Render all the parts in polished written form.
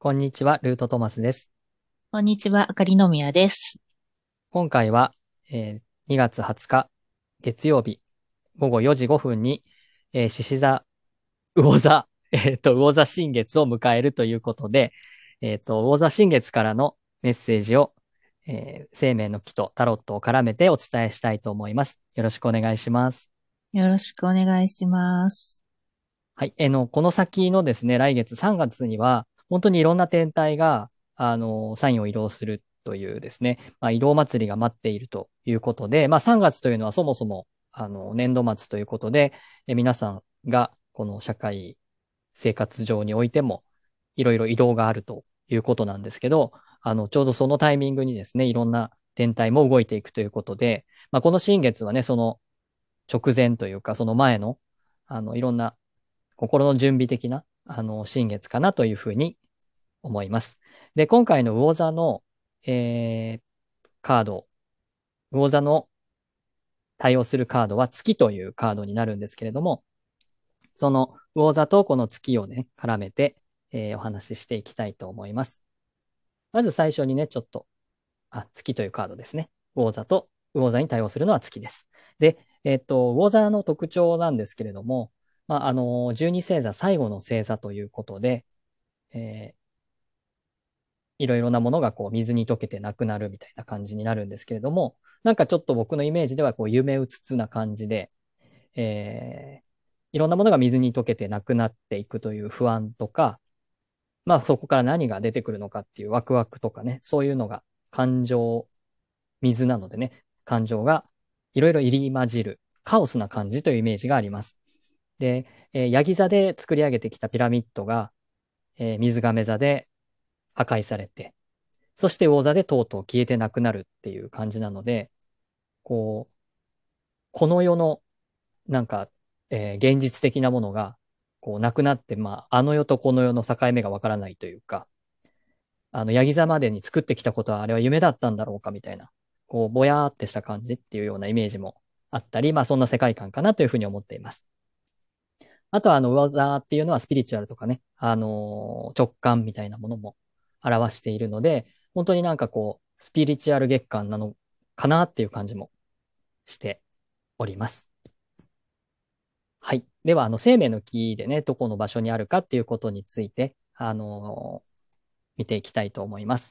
こんにちは、ルートトマスです。 こんにちは、あかりのみやです。 今回は、2月20日、月曜日、午後4時5分に、獅子座、魚座、魚座新月を迎えるということで、魚座新月からのメッセージを、生命の木とタロットを絡めてお伝えしたいと思います。よろしくお願いします。 よろしくお願いします。 はい。この先のですね、来月3月には、本当にいろんな天体が、サインを移動するというですね、移動祭りが待っているということで、3月というのはそもそも、年度末ということで、皆さんが、この社会生活上においても、いろいろ移動があるということなんですけど、ちょうどそのタイミングにですね、いろんな天体も動いていくということで、この新月はね、その直前というか、その前の、いろんな心の準備的な、新月かなというふうに思います。で、今回の魚座の、カード、魚座の対応するカードは月というカードになるんですけれども、その魚座とこの月をね、絡めて、お話ししていきたいと思います。まず最初にね、ちょっと、月というカードですね。魚座と魚座に対応するのは月です。で、魚座の特徴なんですけれども、12星座最後の星座ということで、えいろいろなものがこう水に溶けてなくなるみたいな感じになるんですけれども、なんかちょっと僕のイメージではこう夢うつつな感じで、えいろんなものが水に溶けてなくなっていくという不安とか、そこから何が出てくるのかっていうワクワクとかね、そういうのが感情、水なのでね、感情がいろいろ入り混じるカオスな感じというイメージがあります。で、ヤギ座で作り上げてきたピラミッドが、水亀座で破壊されて、そして魚座でとうとう消えてなくなるっていう感じなので、こう、この世の、なんか、現実的なものが、こう、なくなって、あの世とこの世の境目がわからないというか、ヤギ座までに作ってきたことはあれは夢だったんだろうかみたいな、こう、ぼやーってした感じっていうようなイメージもあったり、そんな世界観かなというふうに思っています。あとは、魚座っていうのはスピリチュアルとかね、直感みたいなものも表しているので、本当になんかこう、スピリチュアル月間なのかなっていう感じもしております。はい。では、生命の木でね、どこの場所にあるかっていうことについて、見ていきたいと思います。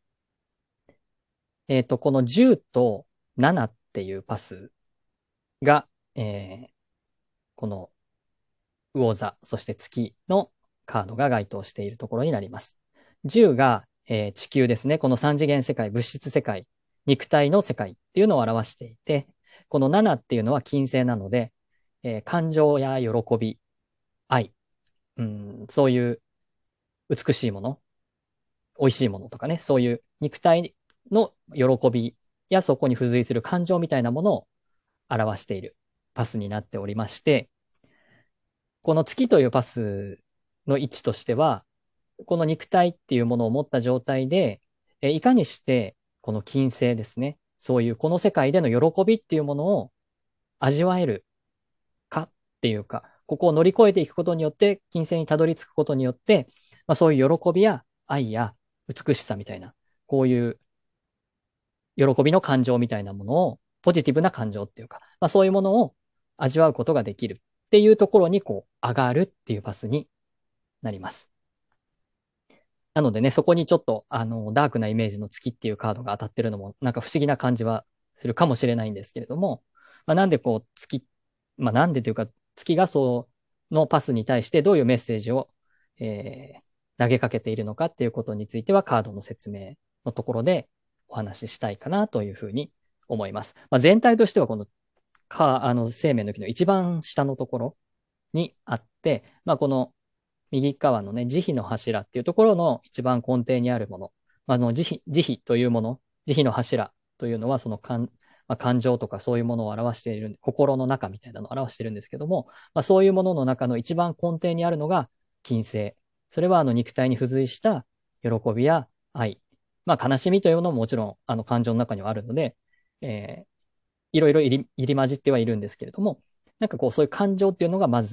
この10と7っていうパスが、えーこの魚座、そして月のカードが該当しているところになります。10が、地球ですね。この三次元世界、物質世界、肉体の世界っていうのを表していて、この7っていうのは金星なので、感情や喜び、愛、そういう美しいもの、美味しいものとかね、そういう肉体の喜びやそこに付随する感情みたいなものを表しているパスになっておりまして、この月というパスの位置としては、この肉体っていうものを持った状態で、いかにしてこの金星ですね、そういうこの世界での喜びっていうものを味わえるかっていうか、ここを乗り越えていくことによって、金星にたどり着くことによって、そういう喜びや愛や美しさみたいな、こういう喜びの感情みたいなものを、ポジティブな感情っていうか、そういうものを味わうことができるっていうところにこう上がるっていうパスになります。なのでね、そこにちょっと、ダークなイメージの月っていうカードが当たってるのも、なんか不思議な感じはするかもしれないんですけれども、なんでこう、なんでというか、月がそのパスに対してどういうメッセージを、投げかけているのかっていうことについては、カードの説明のところでお話ししたいかなというふうに思います。全体としては、この、生命の木の一番下のところにあって、この右側のね、慈悲の柱っていうところの一番根底にあるもの。慈悲というもの、慈悲の柱というのはその感情とかそういうものを表している、心の中みたいなのを表しているんですけども、そういうものの中の一番根底にあるのが金星。それは肉体に付随した喜びや愛。悲しみというのももちろん感情の中にはあるので、いろいろ入り混じってはいるんですけれども、なんかこうそういう感情っていうのがまず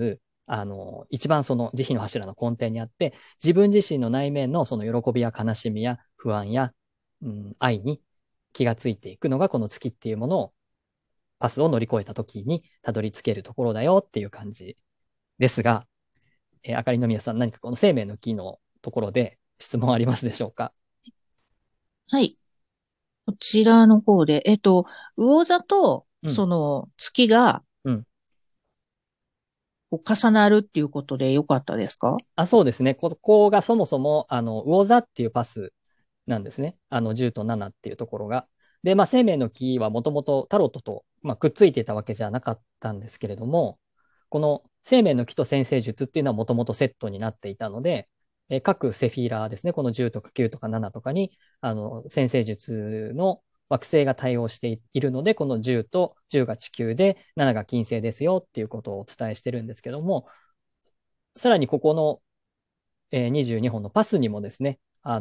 一番その慈悲の柱の根底にあって、自分自身の内面のその喜びや悲しみや不安や、愛に気がついていくのがこの月っていうものを、パスを乗り越えた時にたどり着けるところだよっていう感じですが、あかりのみやさん、何かこの生命の木のところで質問ありますでしょうか？ はい。こちらの方で、魚座と、 うん。 月がうん。 こう重なるっていうことでよかったですか？ そうですね。ここがそもそも、魚座っていうパスなんですね。10と7っていうところが。で、まあ、生命の木はもともとタロットと、まあ、くっついていたわけじゃなかったんですけれども、この生命の木と占星術っていうのはもともとセットになっていたので、各セフィーラーですね、この10とか9とか7とかに、占星術の惑星が対応しているので、この10と10が地球で7が金星ですよっていうことをお伝えしてるんですけども、さらにここの、22本のパスにもですね、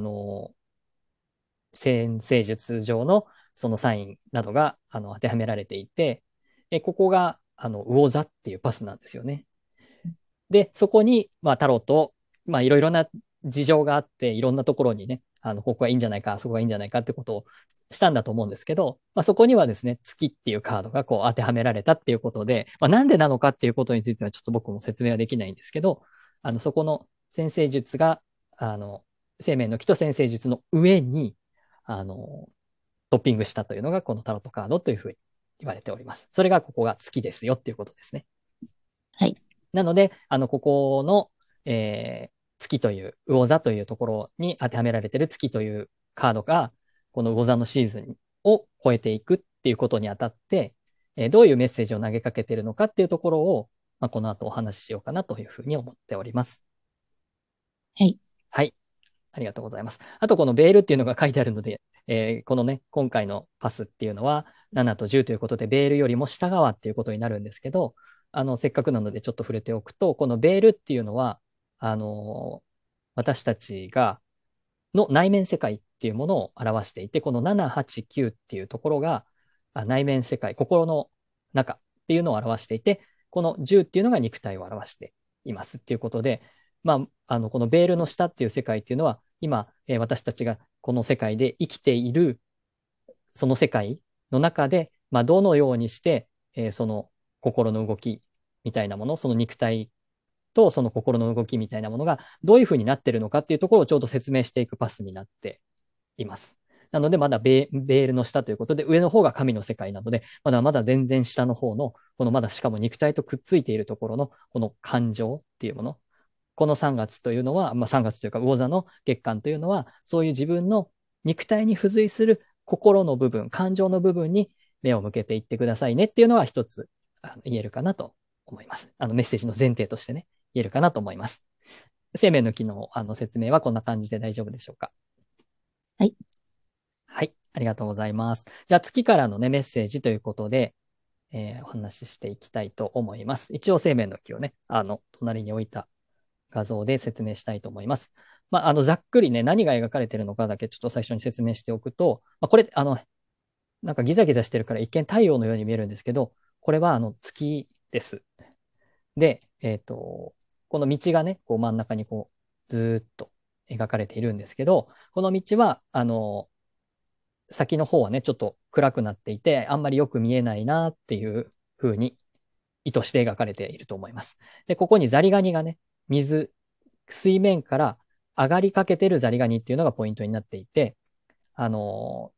占星術上のそのサインなどが当てはめられていて、ここが魚座っていうパスなんですよね。で、そこに、まあ、タロット、まあ、いろいろな事情があって、いろんなところにね、ここがいいんじゃないか、そこがいいんじゃないかってことをしたんだと思うんですけど、まあ、そこにはですね、月っていうカードがこう当てはめられたっていうことで、まあ、なんでなのかっていうことについてはちょっと僕も説明はできないんですけど、そこの占星術が、あの、生命の木と占星術の上に、あの、トッピングしたというのがこのタロットカードというふうに言われております。それがここが月ですよっていうことですね。 はい。 なので、ここの、月という、魚座というところに当てはめられている月というカードが、この魚座のシーズンを超えていくっていうことにあたって、どういうメッセージを投げかけているのかっていうところを、まあ、この後お話ししようかなというふうに思っております。 はい。 はい。ありがとうございます。あと、このベールっていうのが書いてあるので、このね、今回のパスっていうのは、7と10ということで、ベールよりも下側っていうことになるんですけど、せっかくなのでちょっと触れておくと、このベールっていうのは、あの、私たちの内面世界っていうものを表していて、この7、8、9っていうところが、内面世界、心の中っていうのを表していて、この10っていうのが肉体を表していますっていうことで、まあ、このベールの下っていう世界っていうのは、今、私たちがこの世界で生きている、その世界の中で、まあ、どのようにして、その心の動きみたいなもの、その肉体とその心の動きみたいなものがどういうふうになってるのかっていうところをちょうど説明していくパスになっています。なので、まだベールの下ということで、上の方が神の世界なので、まだまだ全然下の方の、このまだしかも肉体とくっついているところの、この感情っていうもの、この3月というのは、まあ、3月というか魚座の月間というのは、そういう自分の肉体に付随する心の部分、感情の部分に目を向けていってくださいねっていうのは一つ言えるかなと思います。メッセージの前提としてね、言えるかなと思います。生命の機能、説明はこんな感じで大丈夫でしょうか？ はい。 はい、ありがとうございます。じゃあ月からのね、メッセージということで、お話ししていきたいと思います。一応生命の木をね、隣に置いた画像で説明したいと思います。まあ、ざっくりね、何が描かれているのかだけちょっと最初に説明しておくと、まあ、これ、なんかギザギザしてるから一見太陽のように見えるんですけど、これは月です。で、この道がね、こう真ん中にこう、ずーっと描かれているんですけど、この道は、先の方はね、ちょっと暗くなっていて、あんまりよく見えないなっていう風に意図して描かれていると思います。で、ここにザリガニがね、水面から上がりかけてるザリガニっていうのがポイントになっていて、あの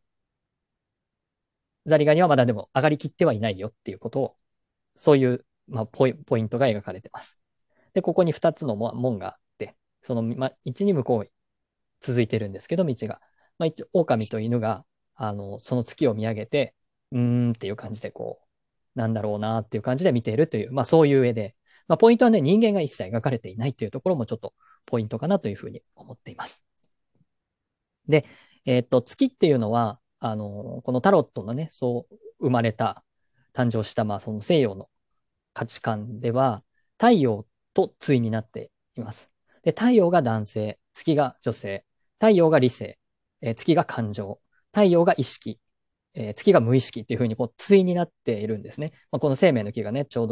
ザリガニはまだでも上がりきってはいないよっていうことを、そういう、まあ、ポイントが描かれてます。で、ここに2つの門があって、その、まあ、道に向こう続いてるんですけど、道が。まあ、狼と犬が、その月を見上げて、うーんっていう感じで、こう、なんだろうなっていう感じで見ているという、まあ、そういう絵で、まあ、ポイントはね、人間が一切描かれていないというところもちょっとポイントかなというふうに思っています。で、月っていうのは、このタロットのね、そう生まれた、誕生した、まあ、その西洋の価値観では、太陽と対になっています。で、太陽が男性、月が女性、太陽が理性、月が感情、太陽が意識、月が無意識っていうふうにこう対になっているんですね。まあ、この生命の木がね、ちょうど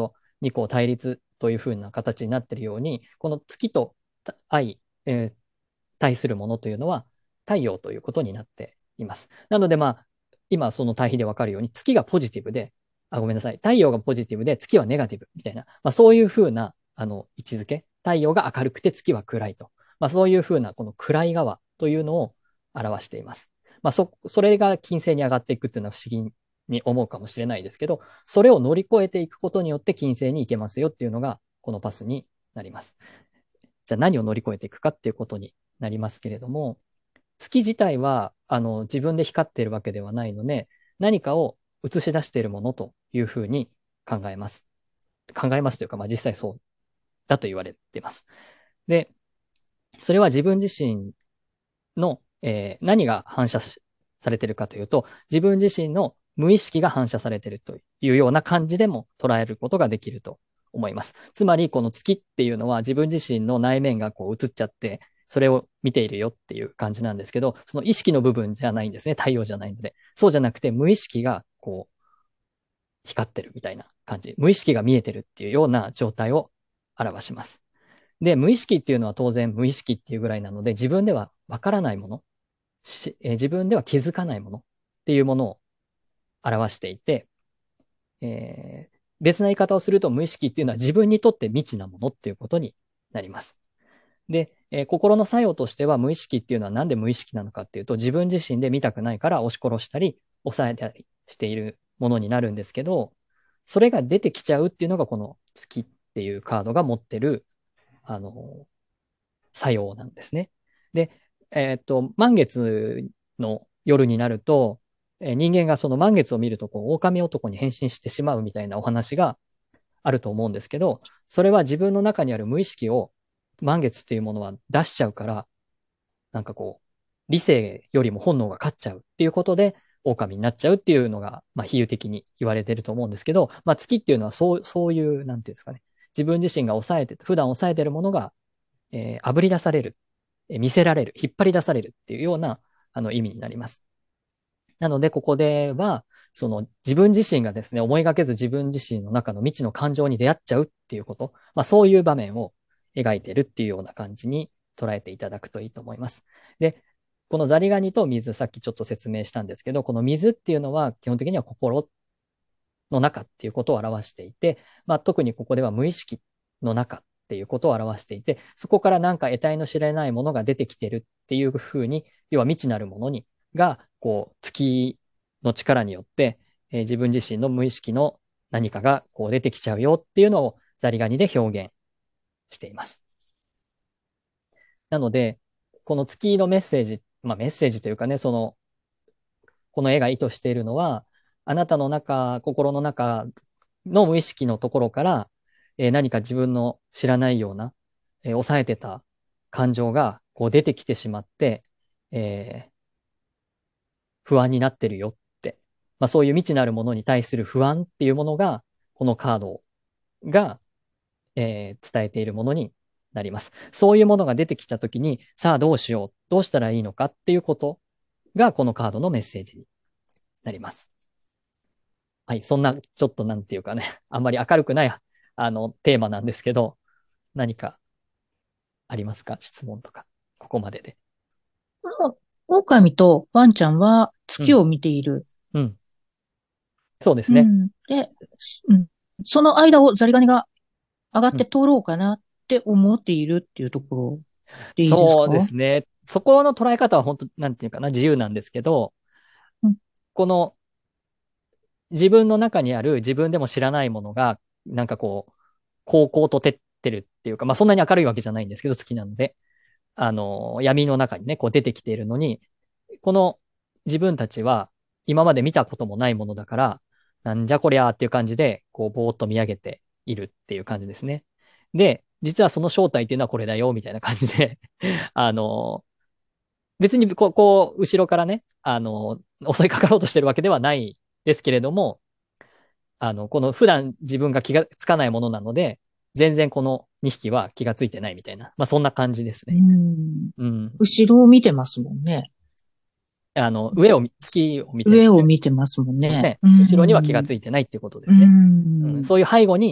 にこう対立というふうな形になっているように、この月と相、対するものというのは太陽ということになっています。なのでまあ、今その対比でわかるように、月がポジティブで、ごめんなさい。太陽がポジティブで、月はネガティブみたいな、まあそういうふうな、位置づけ。太陽が明るくて月は暗いと。まあそういうふうな、この暗い側というのを表しています。まあそれが金星に上がっていくっていうのは不思議に思うかもしれないですけど、それを乗り越えていくことによって金星に行けますよっていうのが、このパスになります。じゃあ何を乗り越えていくかっていうことになりますけれども、月自体は、自分で光っているわけではないので、何かを映し出しているものというふうに考えます。考えますというか、まあ実際そうだと言われています。で、それは自分自身の、何が反射されているかというと、自分自身の無意識が反射されているというような感じでも捉えることができると思います。つまり、この月っていうのは自分自身の内面がこう映っちゃって、それを見ているよっていう感じなんですけど、その意識の部分じゃないんですね。太陽じゃないので。そうじゃなくて、無意識がこう光ってるみたいな感じ。無意識が見えてるっていうような状態を表します。で、無意識っていうのは当然無意識っていうぐらいなので、自分ではわからないもの、自分では気づかないものっていうものを表していて、別な言い方をすると無意識っていうのは自分にとって未知なものっていうことになります。で、心の作用としては無意識っていうのはなんで無意識なのかっていうと、自分自身で見たくないから押し殺したり、抑えたりしているものになるんですけど、それが出てきちゃうっていうのがこの月っていうカードが持ってる、あの、作用なんですね。で、満月の夜になると、人間がその満月を見ると、こう、狼男に変身してしまうみたいなお話があると思うんですけど、それは自分の中にある無意識を満月っていうものは出しちゃうから、なんかこう、理性よりも本能が勝っちゃうっていうことで、狼になっちゃうっていうのが、まあ、比喩的に言われてると思うんですけど、まあ、月っていうのはそういう、なんていうんですかね。自分自身が抑えて、普段抑えてるものが、炙り出される、見せられる、引っ張り出されるっていうような、意味になります。なので、ここでは、その自分自身がですね、思いがけず自分自身の中の未知の感情に出会っちゃうっていうこと、まあそういう場面を描いてるっていうような感じに捉えていただくといいと思います。で、このザリガニと水、さっきちょっと説明したんですけど、この水っていうのは基本的には心の中っていうことを表していて、まあ特にここでは無意識の中っていうことを表していて、そこからなんか得体の知れないものが出てきてるっていうふうに、要は未知なるものに、が、こう、月の力によって、自分自身の無意識の何かがこう出てきちゃうよっていうのをザリガニで表現しています。なので、この月のメッセージ、まあメッセージというかね、この絵が意図しているのは、あなたの中、心の中の無意識のところから、何か自分の知らないような、抑えてた感情がこう出てきてしまって、えー不安になってるよって。まあそういう未知なるものに対する不安っていうものが、このカードが、伝えているものになります。そういうものが出てきたときに、さあどうしよう、どうしたらいいのかっていうことが、このカードのメッセージになります。はい、そんな、ちょっとなんていうかね、あんまり明るくない、テーマなんですけど、何かありますか？質問とか。ここまでで。 狼とワンちゃんはうん、 月を見ている。 うん。そうですね。 うん。で、うん。その間をザリガニが上がうん。 って通ろうかなって思っているっていうところでいいですそうでか？ すね。そこの捉え方は本当、なんていうかな、自由なんですけど、 うん。 この自分の中にある自分でも知らないものが、なんかこう、こうこうと照ってるっていうか、まあそんなに明るいわけじゃないんですけど、好きなので、闇の中にね、こう出てきているのに、この自分たちは今まで見たこともないものだから、なんじゃこりゃーっていう感じで、こう、ぼーっと見上げているっていう感じですね。で、実はその正体っていうのはこれだよ、みたいな感じであの、別に後ろからね、襲いかかろうとしてるわけではないですけれども、この普段自分が気がつかないものなので、全然この2匹は気がついてないみたいな、まあそんな感じですうね。 ん。 うん。 後ろを見てますもんね。 月を見てる上をので、 見てますもんね。 ね、 う後ろには気がん。 ついてないっていうことでうすね。うん、 ん。 そういう背後に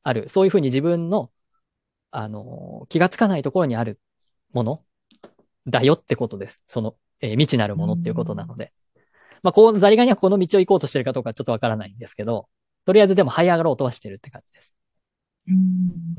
ある。そういうふうに自分の、気がつかないところにあるものだよってことです。その、未知なるうものっていうことなん。 ので。まあ、こう、ザリガニはこの道を行こうとしてるかどうかちょっとわからないんですけど、とりあえずでも這い上がろうとはしてるって感じです。 うん。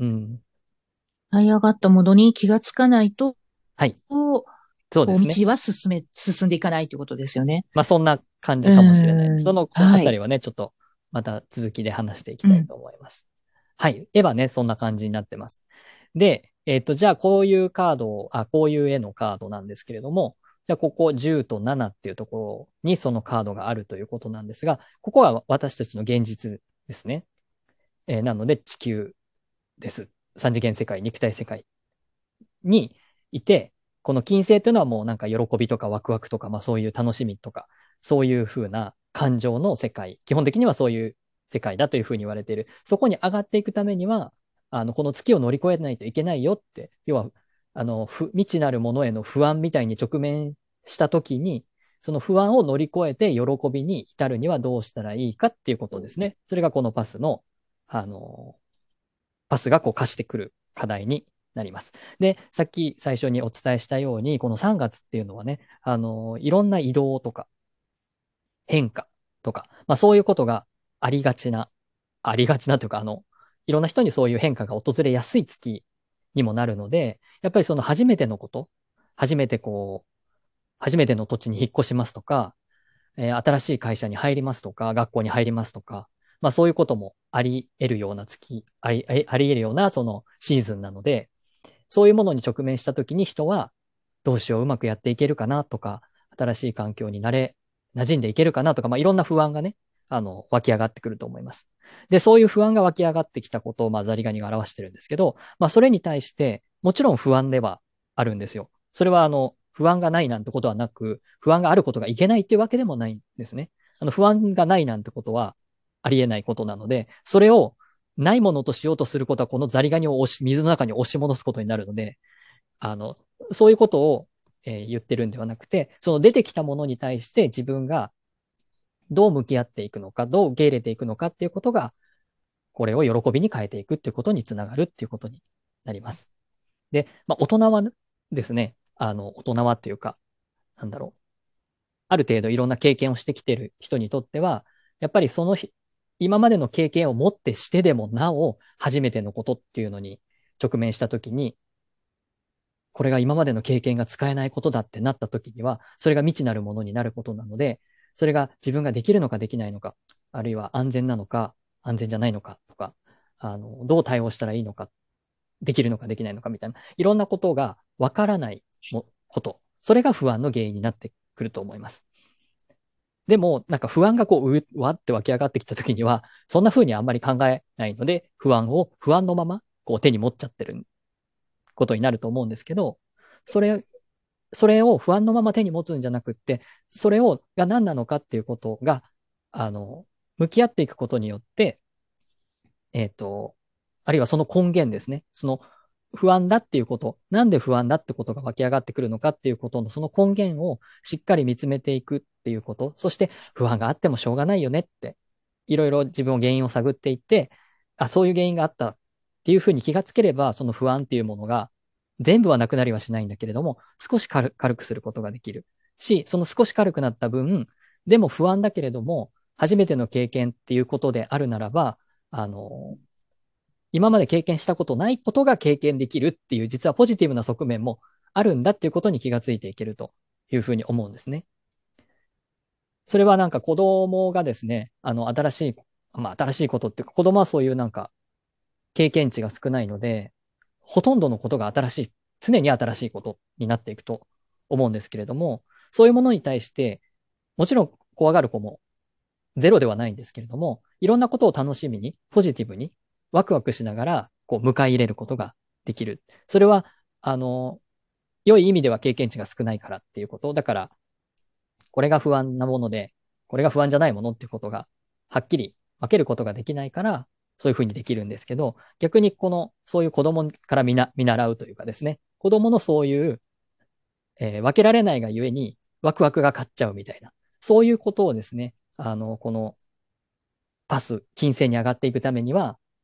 うん。 這い上がったものに気がつかないと、 はい。 こう、 そうですね。 道は進んでいかないということですよね。 まあ、そんな感うじかもしれないです。そん。 のあはい。 たりはね、ちょっと、また続きで話していきうん。 たいと思います。はい。絵はね、そんな感じになってます。で、じゃあこういうカードを、こういう絵のカードなんですけれども、じゃあここ10と7っていうところにそのカードがあるということなんですが、ここは私たちの現実ですね。なので地球です。三次元世界、肉体世界にいて、この金星っていうのはもうなんか喜びとかワクワクとか、まあそういう楽しみとか、そういうふうな感情の世界、基本的にはそういう世界だというふうに言われている。そこに上がっていくためには、この月を乗り越えないといけないよって、要は、未知なるものへの不安みたいに直面したときに、その不安を乗り越えて喜びに至るにはどうしたらいいかっていうことですね。それがこのパスの、あの、パスがこう課してくる課題になります。で、さっき最初にお伝えしたように、この3月っていうのはね、いろんな移動とか変化とか、まあそういうことがありがちな、ありがちなというか、いろんな人にそういう変化が訪れやすい月にもなるので、やっぱりその初めてのこと、初めてこう、初めての土地に引っ越しますとか、新しい会社に入りますとか、学校に入りますとか、まあそういうこともあり得るような月、あり得るようなそのシーズンなので、そういうものに直面したときに人はどうしよう、うまくやっていけるかなとか、新しい環境に馴染んでいけるかなとか、まあいろんな不安がね、湧き上がってくると思います。で、そういう不安が湧き上がってきたことを、まあザリガニが表してるんですけど、まあそれに対して、もちろん不安ではあるんですよ。それは不安がないなんてことはなく、不安があることがいけないっていうわけでもないんですね。不安がないなんてことはありえないことなので、それをないものとしようとすることは、このザリガニを水の中に押し戻すことになるので、あの、そういうことを、言ってるんではなくて、その出てきたものに対して自分がどう向き合っていくのか、どう受け入れていくのかっていうことが、これを喜びに変えていくっていうことにつながるっていうことになります。で、まあ、大人はですね、大人はっていうか、なんだろう、ある程度いろんな経験をしてきている人にとっては、やっぱり今までの経験をもってしてでもなお、初めてのことっていうのに直面したときに、これが今までの経験が使えないことだってなった時には、それが未知なるものになることなので、それが自分ができるのかできないのか、あるいは安全なのか、安全じゃないのかとか、どう対応したらいいのか、できるのかできないのかみたいな、いろんなことがわからないこと、それが不安の原因になってくると思います。でも、なんか不安がこう、わって湧き上がってきた時には、そんな風にあんまり考えないので、不安のまま、こう手に持っちゃってることになると思うんですけど、それそれを不安のまま手に持つんじゃなくって、それが何なのかっていうことが、あの、向き合っていくことによって、えっと、あるいはその根源ですね。その不安だっていうこと、なんで不安だってことが湧き上がってくるのかっていうことのその根源をしっかり見つめていくっていうこと、そして不安があってもしょうがないよねって、いろいろ自分を原因を探っていって、そういう原因があったっていうふうに気がつければ、その不安っていうものが全部はなくなりはしないんだけれども、少し軽くすることができるし、その少し軽くなった分、でも不安だけれども、初めての経験っていうことであるならば、あの、今まで経験したことないことが経験できるっていう、実はポジティブな側面もあるんだっていうことに気がついていけるというふうに思うんですね。それはなんか子供がですね、新しいことっていうか、子供はそういうなんか経験値が少ないので、ほとんどのことが常に新しいことになっていくと思うんですけれども、そういうものに対して、もちろん怖がる子もゼロではないんですけれども、いろんなことを楽しみに、ポジティブに、ワクワクしながら、こう、迎え入れることができる。それは、あの、良い意味では経験値が少ないからっていうこと。だから、これが不安なもので、これが不安じゃないものっていうことが、はっきり分けることができないから、そういうふうにできるんですけど、逆にそういう子供から見習うというかですね、子供のそういう、分けられないがゆえに、ワクワクが勝っちゃうみたいな、そういうことをですね、この金星に上がっていくためには、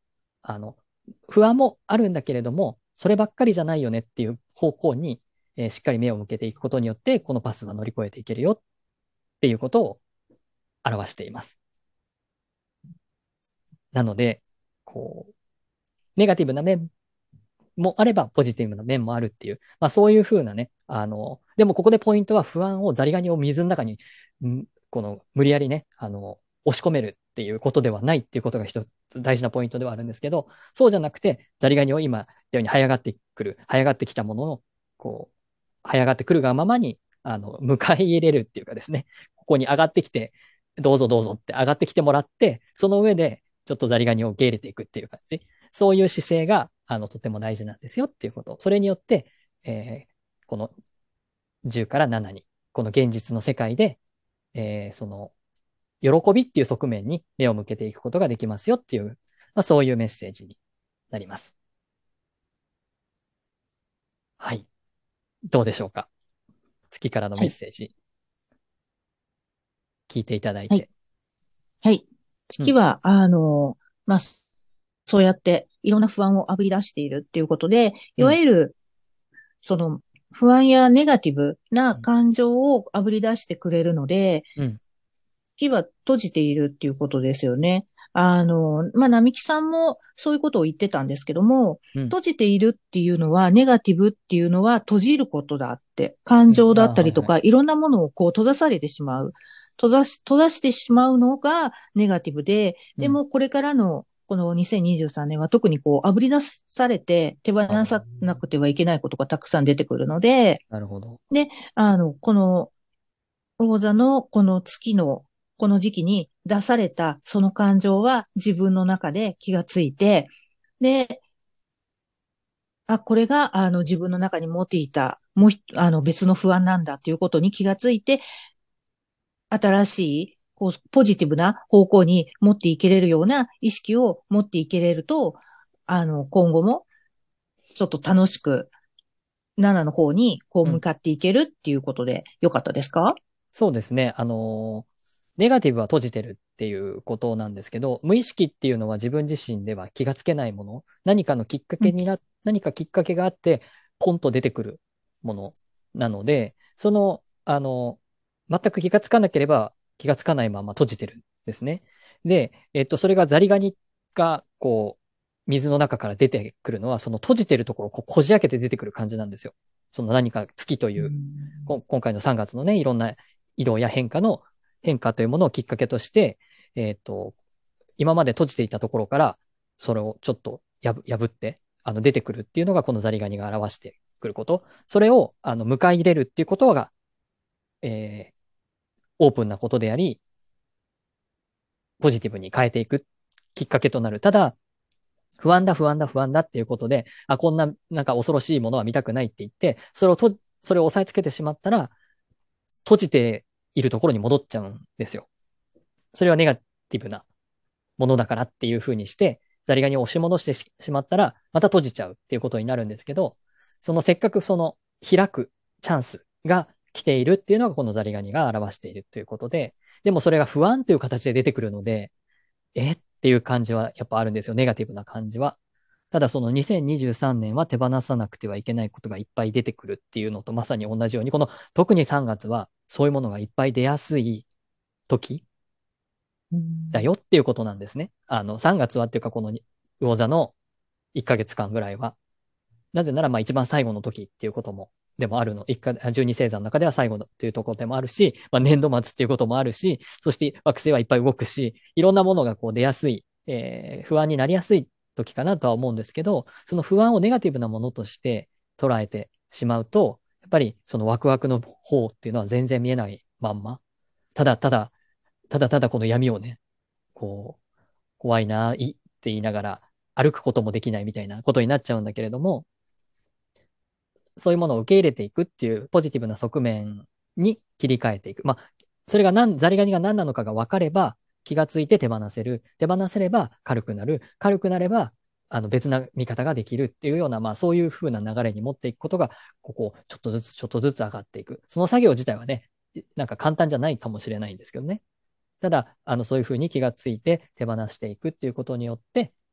不安もあるんだけれども、そればっかりじゃないよねっていう方向に、しっかり目を向けていくことによって、このパスは乗り越えていけるよっていうことを表しています。なので、こう、ネガティブな面もあれば、ポジティブな面もあるっていう、まあそういうふうなね、でもここでポイントは不安を、ザリガニを水の中に、この無理やりね、押し込めるっていうことではないっていうことが一つ大事なポイントではあるんですけど、そうじゃなくて、ザリガニを今言ったように這い上がってくる、這い上がってきたものの、こう、這い上がってくるがままに、迎え入れるっていうかですね、ここに上がってきて、どうぞどうぞって上がってきてもらって、その上で、ちょっとザリガニを受け入れていくっていう感じ。そういう姿勢が、とても大事なんですよっていうこと。それによって、この10から7に、この現実の世界で、その、喜びっていう側面に目を向けていくことができますよっていう、まあ、そういうメッセージになります。はい。どうでしょうか？月からのはい。 メッセージ、聞いていただいはい。 て。 はい。 うん、 月は、まあ、そうやっていろんな不安をあぶり出しているっていうことで、いうん、 わゆる、その、不安やネガティブなうん、 感情をあぶり出してくれるので、 うん、 月は閉じているっていうことですよね。まあ、並木さんもそういうことを言ってたんですけども、 うん、 閉じているっていうのは、ネガティブっていうのは閉じることだって、感うん。 情だあ、はいはい。 ったりとか、いろんなものをこう閉ざされてしまう。閉ざしてしまうのがネガティブで、 うん。 でもこれからのこの2023年は特にこう、あぶり出されて手放あー、 さなくてはいけないことがたくさん出てくるので、 なるほど。 で、この魚座のこの月のこの時期に出されたその感情は自分の中で気がついて、で、これが自分の中に持っていたもう別の不安なんだということに気がついて、新しいこうポジティブな方向に持っていけれるような意識を持っていけれると、今後もちょっと楽しく7の方にこううん。 向かっていけるっていうことでよかったですか？ そうですね。ネガティブは閉じてるっていうことなんですけど、無意識っていうのは自分自身では気がつけないもの、 うん。 何かきっかけがあって、ポンと出てくるものなので、全く気がつかなければ気がつかないまま閉じてるんですね。で、それがザリガニが、こう、水の中から出てくるのは、その閉じてるところをこじ開けて出てくる感じなんですよ。その何か月という、今回の3月のね、いろんな移動や変化というものをきっかけとして、えっと、今まで閉じていたところから、それをちょっと破って、出てくるっていうのが、このザリガニが表してくること。それを、迎え入れるっていうことが、えーオープンなことであり、ポジティブに変えていくきっかけとなる。ただ、不安だ、不安だ、不安だっていうことで、こんな、なんか恐ろしいものは見たくないって言って、それを押さえつけてしまったら、閉じているところに戻っちゃうんですよ。それはネガティブなものだからっていうふうにして、ザリガニを押し戻してしまったら、また閉じちゃうっていうことになるんですけど、せっかく開くチャンスが来ているっていうのがこのザリガニが表しているということで、でもそれが不安という形で出てくるので、っていう感じはやっぱあるんですよ。ネガティブな感じは。ただその2023年は手放さなくてはいけないことがいっぱい出てくるっていうのとまさに同じように、この特に3月はそういうものがいっぱい出やすい時うだん。 よっていうことなんですね。3月はっていうかこの魚座の1ヶ月間ぐらいは。なぜならまあ一番最後の時っていうことも、でもあるの。12星座の中では最後のっていうところでもあるし、まあ年度末っていうこともあるし、そして惑星はいっぱい動くし、いろんなものがこう出やすい、不安になりやすい時かなとは思うんですけど、その不安をネガティブなものとして捉えてしまうと、やっぱりそのワクワクの方っていうのは全然見えないまんま、ただただ、ただただこの闇をね、こう、怖いな、って言いながら歩くこともできないみたいなことになっちゃうんだけれども、そういうものを受け入れていくっていうポジティブな側面に切り替えていく。まあ、それがザリガニが何なのかが分かれば、気がついて手放せる。手放せれば軽くなる。軽くなれば、別な見方ができるっていうような、まあ、そういう風な流れに持っていくことが、ちょっとずつ、ちょっとずつ上がっていく。その作業自体はね、なんか簡単じゃないかもしれないんですけどね。ただ、そういう風に気がついて手放していくっていうことによって、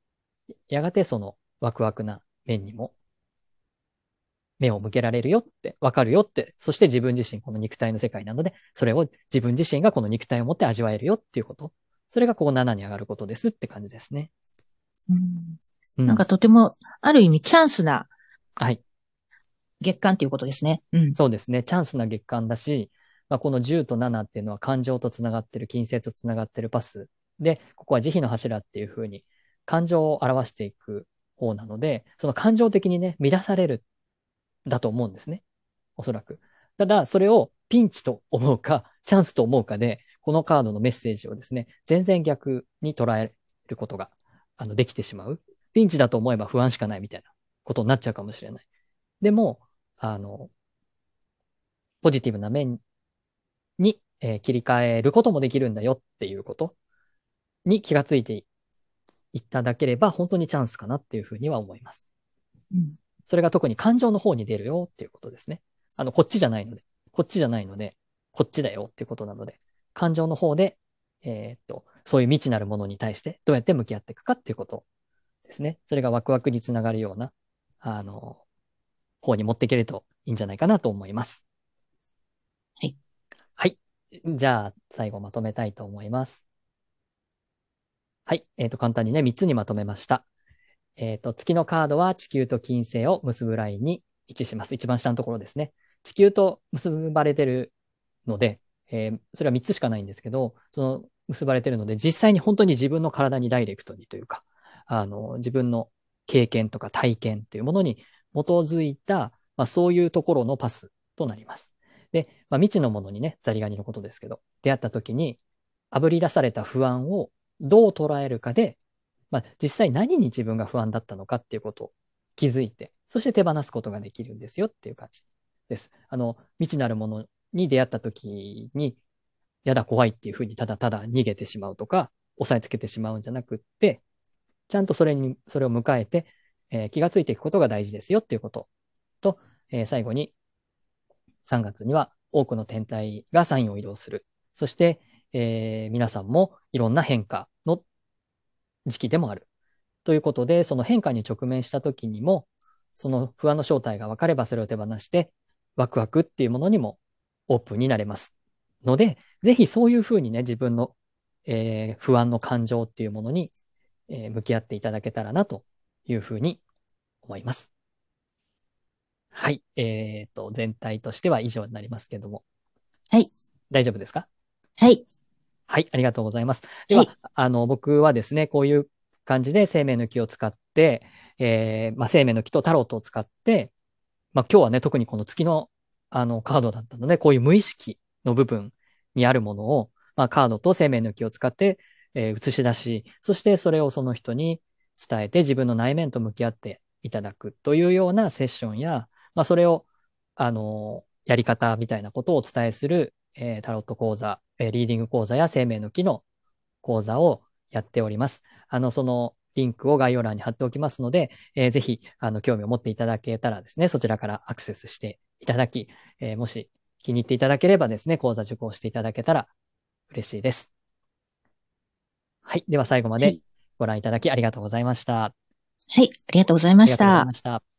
やがてそのワクワクな面にも目を向けられるよって、わかるよって、そして自分自身この肉体の世界なので、それを自分自身がこの肉体を持って味わえるよっていうこと。それがここ7に上がることですって感じですね。 うん、なんうん。 かとても、ある意味チャンスなはい。 月間っていうことですね。うん。 そうですね。チャンスな月間だし、まあ、この10と7っていうのは感情とつながってる、金星とつながってるパスで、ここは慈悲の柱っていうふうに感情を表していく方なので、その感情的にね、乱されるだと思うんですね。おそらく。ただ、それをピンチと思うか、チャンスと思うかで、このカードのメッセージをですね、全然逆に捉えることが、できてしまう。ピンチだと思えば不安しかないみたいなことになっちゃうかもしれない。でも、ポジティブな面に、切り替えることもできるんだよっていうことに気がついていただければ、本当にチャンスかなっていうふうには思います。 うん、 それが特に感情の方に出るよっていうことですね。こっちじゃないので、こっちじゃないので、こっちだよっていうことなので、感情の方で、そういう未知なるものに対してどうやって向き合っていくかっていうことですね。それがワクワクにつながるような、あの、方に持っていけるといいんじゃないかなと思います。 はい。 はい。じゃあ、最後まとめたいと思います。はい。簡単にね、3つにまとめました。月のカードは地球と金星を結ぶラインに位置します。一番下のところですね。地球と結ばれてるので、それは3つしかないんですけど、その結ばれてるので、実際に本当に自分の体にダイレクトにというか、自分の経験とか体験っていうものに基づいた、まあ、そういうところのパスとなります。で、まあ、未知のものにね、ザリガニのことですけど、出会った時に、炙り出された不安をどう捉えるかで、まあ、実際何に自分が不安だったのかっていうことを気づいて、そして手放すことができるんですよっていう感じです。未知なるものに出会った時に、やだ怖いっていうふうにただただ逃げてしまうとか、押さえつけてしまうんじゃなくって、ちゃんとそれを迎えて、気がついていくことが大事ですよっていうことと、最後に3月には多くの天体がサインを移動する。そして、皆さんもいろんな変化の時期でもある。ということで、その変化に直面した時にも、その不安の正体が分かればそれを手放して、ワクワクっていうものにもオープンになれます。ので、ぜひそういうふうにね、自分の、不安の感情っていうものに、向き合っていただけたらなというふうに思います。はい。全体としては以上になりますけども、 はい。 大丈夫ですか？ はい。 はい、ありがとうございます。では、 はい。 僕はですね、こういう感じで生命の木を使って、まあ、生命の木とタロットを使って、まあ、今日はね、特にこの月の、カードだったので、こういう無意識の部分にあるものを、まあ、カードと生命の木を使って、映し出し、そしてそれをその人に伝えて自分の内面と向き合っていただくというようなセッションや、まあ、それを、やり方みたいなことをお伝えする、タロット講座、リーディング講座や生命の木の講座をやっております。そのリンクを概要欄に貼っておきますので、ぜひ、興味を持っていただけたらですね、そちらからアクセスしていただき、もし気に入っていただければですね、講座受講していただけたら嬉しいです。はい。では最後まではい。 ご覧いただきありがとうございました。あはい。ありがとうございまりがとうございした。 ました。